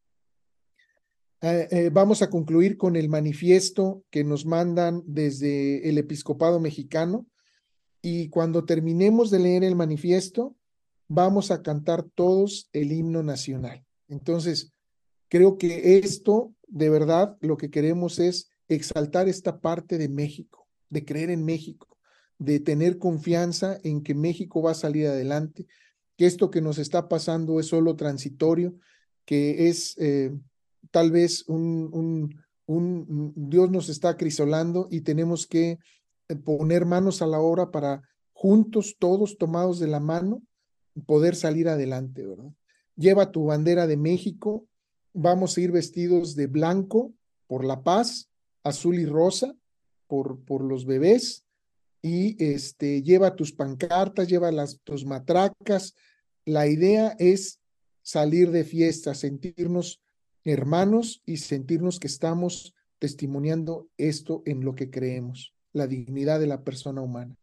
Eh, eh, vamos a concluir con el manifiesto que nos mandan desde el Episcopado Mexicano, y cuando terminemos de leer el manifiesto, vamos a cantar todos el himno nacional. Entonces, creo que esto, de verdad, lo que queremos es exaltar esta parte de México, de creer en México, de tener confianza en que México va a salir adelante, que esto que nos está pasando es solo transitorio, que es... Eh, tal vez un, un, un, Dios nos está acrisolando y tenemos que poner manos a la obra para juntos, todos tomados de la mano, poder salir adelante, ¿verdad? Lleva tu bandera de México, vamos a ir vestidos de blanco por la paz, azul y rosa por, por los bebés, y este, lleva tus pancartas, lleva las, tus matracas. La idea es salir de fiesta, sentirnos hermanos y sentirnos que estamos testimoniando esto en lo que creemos, la dignidad de la persona humana.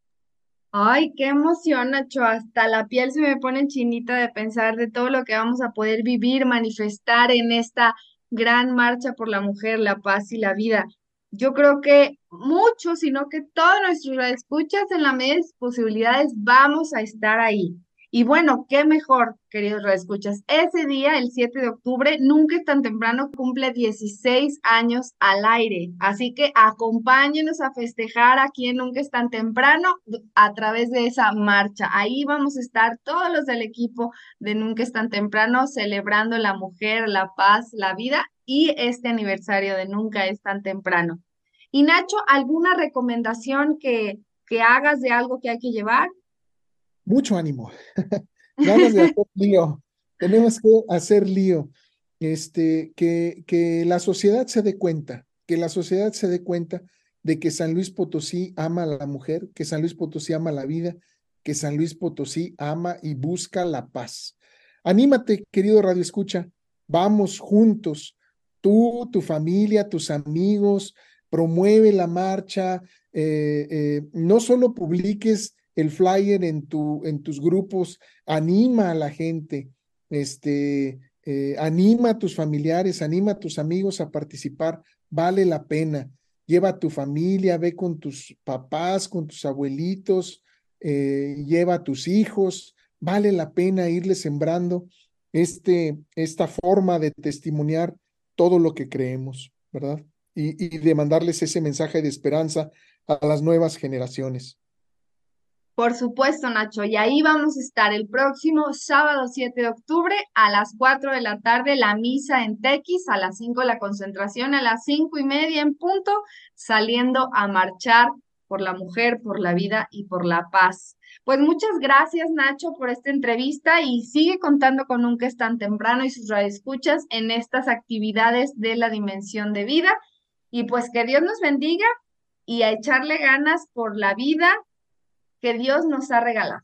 Ay, qué emoción, Nacho. Hasta la piel se me pone chinita de pensar de todo lo que vamos a poder vivir, manifestar en esta gran marcha por la mujer, la paz y la vida. Yo creo que muchos, sino que todos nuestros radioescuchas en la medida de sus posibilidades vamos a estar ahí. Y bueno, qué mejor, queridos radioescuchas. Ese día, el siete de octubre, nunca es tan temprano, cumple dieciséis años al aire. Así que acompáñenos a festejar aquí en Nunca es tan temprano a través de esa marcha. Ahí vamos a estar todos los del equipo de Nunca es tan temprano celebrando la mujer, la paz, la vida y este aniversario de Nunca es tan temprano. Y Nacho, ¿alguna recomendación que, que hagas de algo que hay que llevar? Mucho ánimo, ganas de hacer lío, tenemos que hacer lío, este, que, que la sociedad se dé cuenta, que la sociedad se dé cuenta de que San Luis Potosí ama a la mujer, que San Luis Potosí ama la vida, que San Luis Potosí ama y busca la paz. Anímate, querido Radio Escucha, vamos juntos, tú, tu familia, tus amigos, promueve la marcha, eh, eh, no solo publiques el flyer en, tu, en tus grupos, anima a la gente, este, eh, anima a tus familiares, anima a tus amigos a participar, vale la pena. Lleva a tu familia, ve con tus papás, con tus abuelitos, eh, lleva a tus hijos, vale la pena irle sembrando este, esta forma de testimoniar todo lo que creemos, ¿verdad? Y, y de mandarles ese mensaje de esperanza a las nuevas generaciones. Por supuesto, Nacho, y ahí vamos a estar el próximo sábado siete de octubre a las cuatro de la tarde, la misa en Tequis, a las cinco la concentración, a las cinco y media en punto, saliendo a marchar por la mujer, por la vida y por la paz. Pues muchas gracias, Nacho, por esta entrevista y sigue contando con Nunca es tan temprano y sus radioescuchas en estas actividades de la dimensión de vida. Y pues que Dios nos bendiga y a echarle ganas por la vida que Dios nos ha regalado.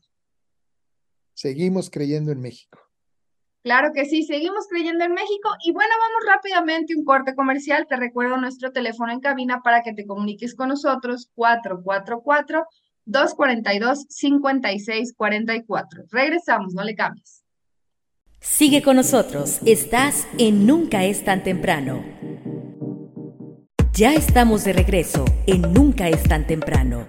Seguimos creyendo en México. Claro que sí, seguimos creyendo en México. Y bueno, vamos rápidamente a un corte comercial. Te recuerdo nuestro teléfono en cabina para que te comuniques con nosotros, cuatro cuatro cuatro, dos cuatro dos, cinco seis cuatro cuatro. Regresamos, no le cambies. Sigue con nosotros, estás en Nunca es tan temprano. Ya estamos de regreso en Nunca es tan temprano.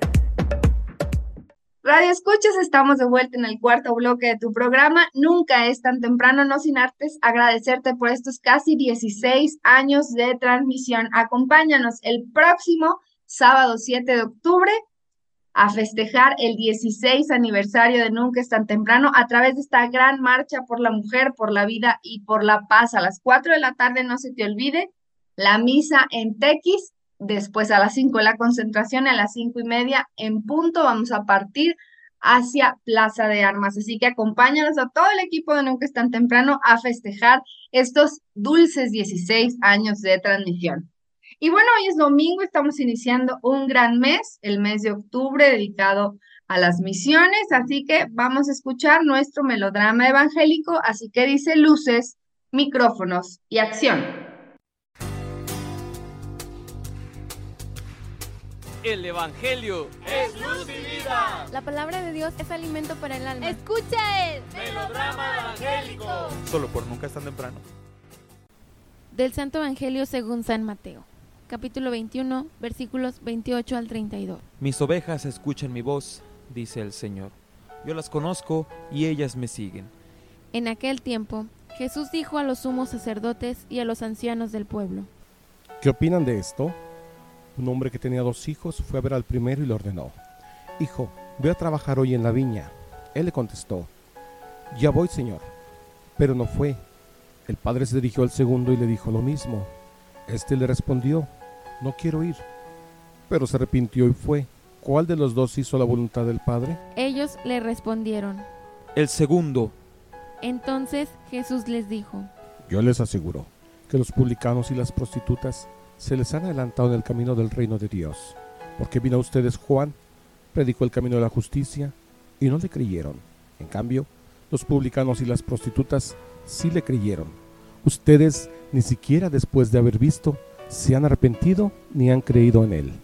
Radio Escuchas, estamos de vuelta en el cuarto bloque de tu programa. Nunca es tan temprano, no sin antes agradecerte por estos casi dieciséis años de transmisión. Acompáñanos el próximo sábado siete de octubre a festejar el dieciséis aniversario de Nunca es tan temprano a través de esta gran marcha por la mujer, por la vida y por la paz. A las cuatro de la tarde, no se te olvide, la misa en Tequis. Después a las cinco la concentración, a las cinco y media en punto vamos a partir hacia Plaza de Armas. Así que acompáñanos a todo el equipo de Nunca es tan temprano a festejar estos dulces dieciséis años de transmisión. Y bueno, hoy es domingo, estamos iniciando un gran mes, el mes de octubre dedicado a las misiones, así que vamos a escuchar nuestro melodrama evangélico, así que dice luces, micrófonos y acción. El Evangelio Es luz y vida. La palabra de Dios es alimento para el alma. Escucha el Melodrama evangélico. solo por Nunca es tan temprano. Del Santo Evangelio según San Mateo, capítulo veintiuno, versículos veintiocho al treinta y dos. Mis ovejas escuchan mi voz, dice el Señor. Yo las conozco y ellas me siguen. En aquel tiempo, Jesús dijo a los sumos sacerdotes y a los ancianos del pueblo: ¿Qué opinan de esto? Un hombre que tenía dos hijos fue a ver al primero y le ordenó: Hijo, ve a trabajar hoy en la viña. Él le contestó: Ya voy, señor. Pero no fue. El padre se dirigió al segundo y le dijo lo mismo. Este le respondió: no quiero ir. Pero se arrepintió y fue. ¿Cuál de los dos hizo la voluntad del padre? Ellos le respondieron: El segundo. Entonces Jesús les dijo: Yo les aseguro que los publicanos y las prostitutas se les han adelantado en el camino del reino de Dios, porque vino a ustedes Juan, predicó el camino de la justicia, y no le creyeron. En cambio, los publicanos y las prostitutas sí le creyeron. Ustedes, ni siquiera después de haber visto, se han arrepentido ni han creído en él.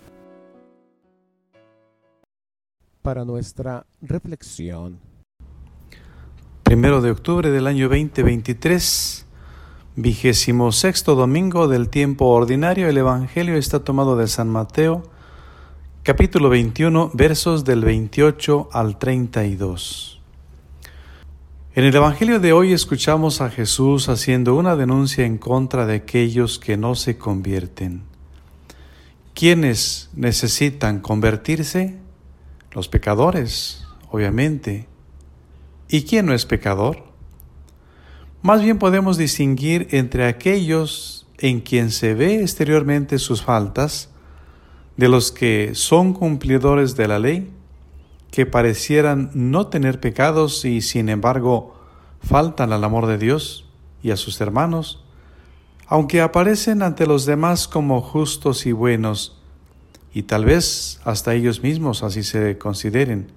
Para nuestra reflexión. Primero de octubre del año veinte veintitrés, vigésimo sexto domingo del tiempo ordinario. El Evangelio está tomado de San Mateo, capítulo veintiuno, versos del veintiocho al treinta y dos. En el Evangelio de hoy escuchamos a Jesús haciendo una denuncia en contra de aquellos que no se convierten. ¿Quiénes necesitan convertirse? Los pecadores, obviamente. ¿Y quién no es pecador? Más bien podemos distinguir entre aquellos en quien se ve exteriormente sus faltas, de los que son cumplidores de la ley, que parecieran no tener pecados y sin embargo faltan al amor de Dios y a sus hermanos, aunque aparecen ante los demás como justos y buenos, y tal vez hasta ellos mismos así se consideren.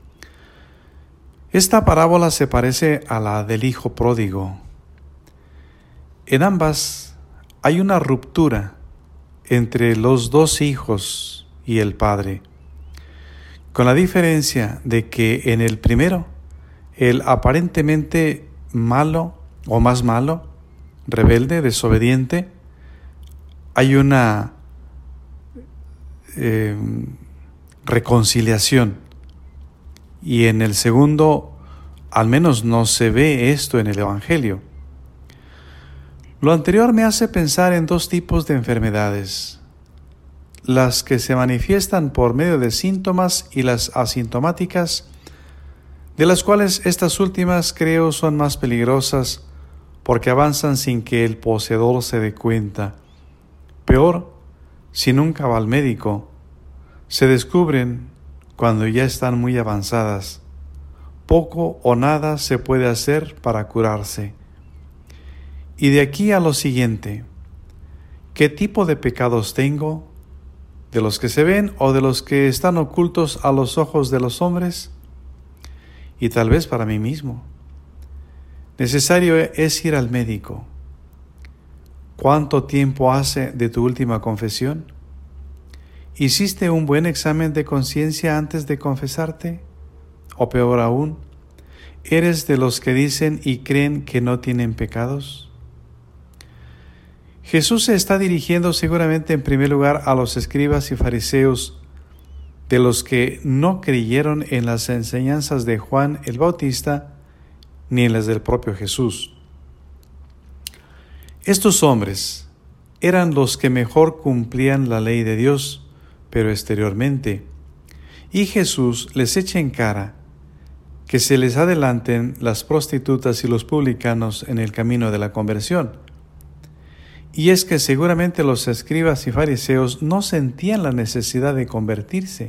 Esta parábola se parece a la del hijo pródigo. En ambas hay una ruptura entre los dos hijos y el padre, con la diferencia de que en el primero, el aparentemente malo o más malo, rebelde, desobediente, hay una eh, reconciliación. Y en el segundo, al menos no se ve esto en el Evangelio. Lo anterior me hace pensar en dos tipos de enfermedades: las que se manifiestan por medio de síntomas y las asintomáticas, de las cuales estas últimas creo son más peligrosas porque avanzan sin que el poseedor se dé cuenta. Peor, si nunca va al médico, se descubren cuando ya están muy avanzadas. Poco o nada se puede hacer para curarse. Y de aquí a lo siguiente: ¿qué tipo de pecados tengo? ¿De los que se ven o de los que están ocultos a los ojos de los hombres? Y tal vez para mí mismo. Necesario es ir al médico. ¿Cuánto tiempo hace de tu última confesión? ¿Hiciste un buen examen de conciencia antes de confesarte? O peor aún, ¿eres de los que dicen y creen que no tienen pecados? Jesús se está dirigiendo seguramente en primer lugar a los escribas y fariseos, de los que no creyeron en las enseñanzas de Juan el Bautista ni en las del propio Jesús. Estos hombres eran los que mejor cumplían la ley de Dios, pero exteriormente, y Jesús les echa en cara que se les adelanten las prostitutas y los publicanos en el camino de la conversión. Y es que seguramente los escribas y fariseos no sentían la necesidad de convertirse.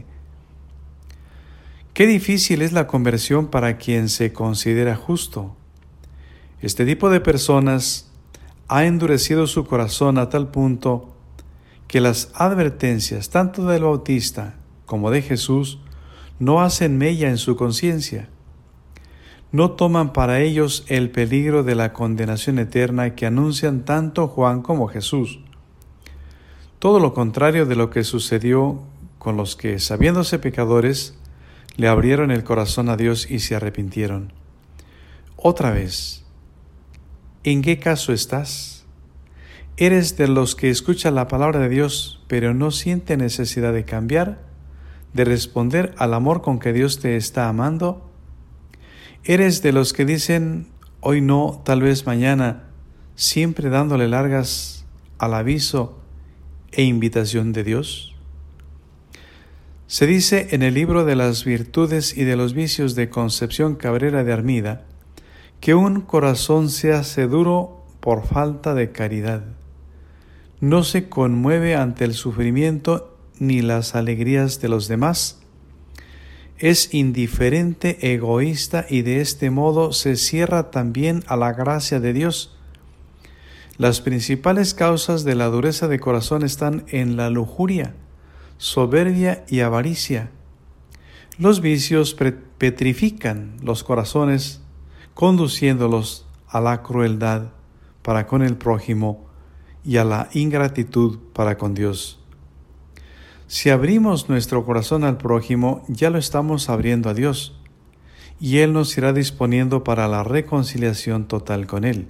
Qué difícil es la conversión para quien se considera justo. Este tipo de personas ha endurecido su corazón a tal punto que las advertencias tanto del Bautista como de Jesús no hacen mella en su conciencia. No toman para ellos el peligro de la condenación eterna que anuncian tanto Juan como Jesús. Todo lo contrario de lo que sucedió con los que, sabiéndose pecadores, le abrieron el corazón a Dios y se arrepintieron. Otra vez, ¿en qué caso estás? ¿Eres de los que escuchan la palabra de Dios, pero no siente necesidad de cambiar, de responder al amor con que Dios te está amando? ¿Eres de los que dicen, hoy no, tal vez mañana, siempre dándole largas al aviso e invitación de Dios? Se dice en el libro de las virtudes y de los vicios de Concepción Cabrera de Armida que un corazón se hace duro por falta de caridad. No se conmueve ante el sufrimiento ni las alegrías de los demás. Es indiferente, egoísta y de este modo se cierra también a la gracia de Dios. Las principales causas de la dureza de corazón están en la lujuria, soberbia y avaricia. Los vicios petrifican los corazones, conduciéndolos a la crueldad para con el prójimo y a la ingratitud para con Dios. Si abrimos nuestro corazón al prójimo, ya lo estamos abriendo a Dios, y Él nos irá disponiendo para la reconciliación total con Él.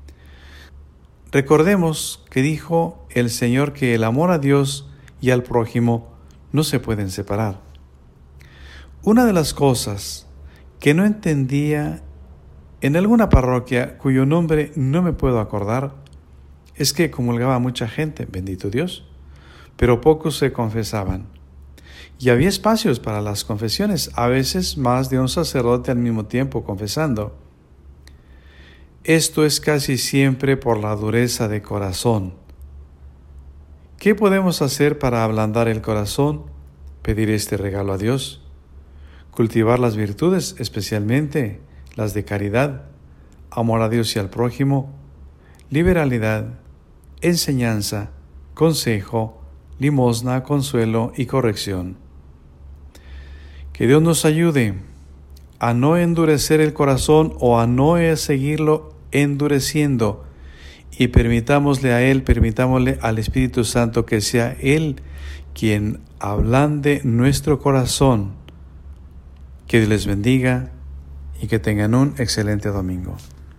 Recordemos que dijo el Señor que el amor a Dios y al prójimo no se pueden separar. Una de las cosas que no entendía en alguna parroquia cuyo nombre no me puedo acordar es que comulgaba mucha gente, bendito Dios, pero pocos se confesaban. Y había espacios para las confesiones, a veces más de un sacerdote al mismo tiempo confesando. Esto es casi siempre por la dureza de corazón. ¿Qué podemos hacer para ablandar el corazón? Pedir este regalo a Dios. Cultivar las virtudes, especialmente las de caridad, amor a Dios y al prójimo, liberalidad, enseñanza, consejo, limosna, consuelo y corrección. Que Dios nos ayude a no endurecer el corazón o a no seguirlo endureciendo, y permitámosle a Él, permitámosle al Espíritu Santo que sea Él quien ablande nuestro corazón. Que Dios les bendiga y que tengan un excelente domingo.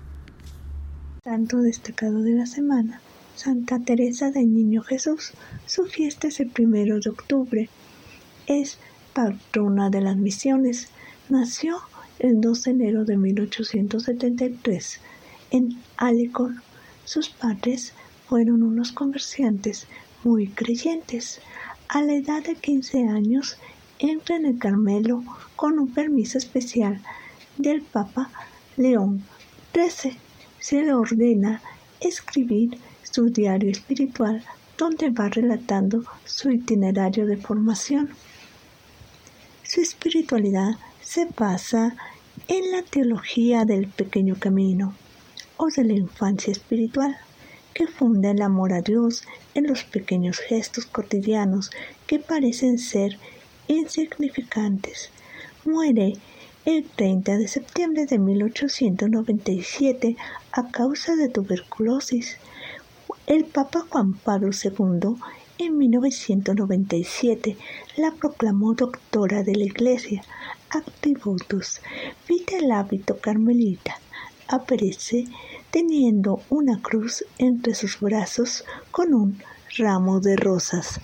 Santo destacado de la semana: Santa Teresa del Niño Jesús. Su fiesta es el primero de octubre. Es patrona de las misiones. Nació el dos de enero de mil ochocientos setenta y tres en Alicón. Sus padres fueron unos comerciantes muy creyentes. A la edad de quince años entra en el Carmelo con un permiso especial del Papa León trece. Se le ordena escribir su diario espiritual, donde va relatando su itinerario de formación. Su espiritualidad se basa en la teología del pequeño camino o de la infancia espiritual, que funda el amor a Dios en los pequeños gestos cotidianos que parecen ser insignificantes. Muere el treinta de septiembre de mil ochocientos noventa y siete a causa de tuberculosis. El Papa Juan Pablo segundo en mil novecientos noventa y siete la proclamó doctora de la Iglesia. Activotus, viste el hábito carmelita. Aparece teniendo una cruz entre sus brazos con un ramo de rosas.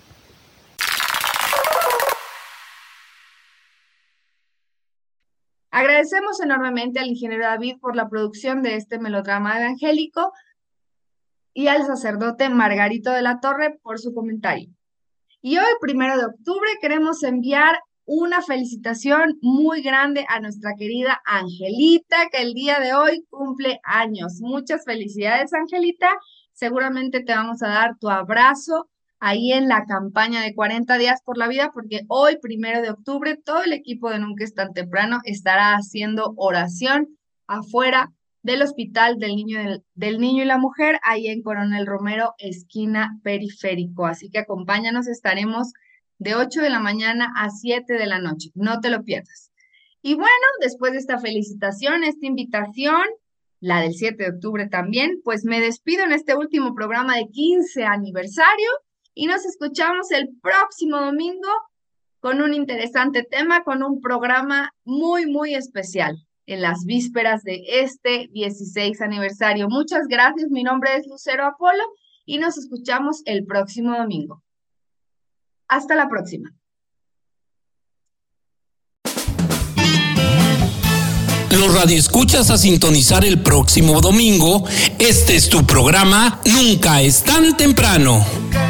Agradecemos enormemente al ingeniero David por la producción de este melodrama evangélico y al sacerdote Margarito de la Torre por su comentario. Y hoy, primero de octubre, queremos enviar una felicitación muy grande a nuestra querida Angelita, que el día de hoy cumple años. Muchas felicidades, Angelita. Seguramente te vamos a dar tu abrazo ahí en la campaña de cuarenta días por la vida, porque hoy, primero de octubre, todo el equipo de Nunca es tan temprano estará haciendo oración afuera del Hospital del Niño, del, del Niño y la Mujer, ahí en Coronel Romero, esquina Periférico. Así que acompáñanos, estaremos de ocho de la mañana a siete de la noche. No te lo pierdas. Y bueno, después de esta felicitación, esta invitación, la del siete de octubre también, pues me despido en este último programa de quince aniversario y nos escuchamos el próximo domingo con un interesante tema, con un programa muy, muy especial en las vísperas de este dieciséis aniversario. Muchas gracias, mi nombre es Lucero Apolo y nos escuchamos el próximo domingo. Hasta la próxima. Los radioescuchas a sintonizar el próximo domingo. Este es tu programa Nunca es tan temprano.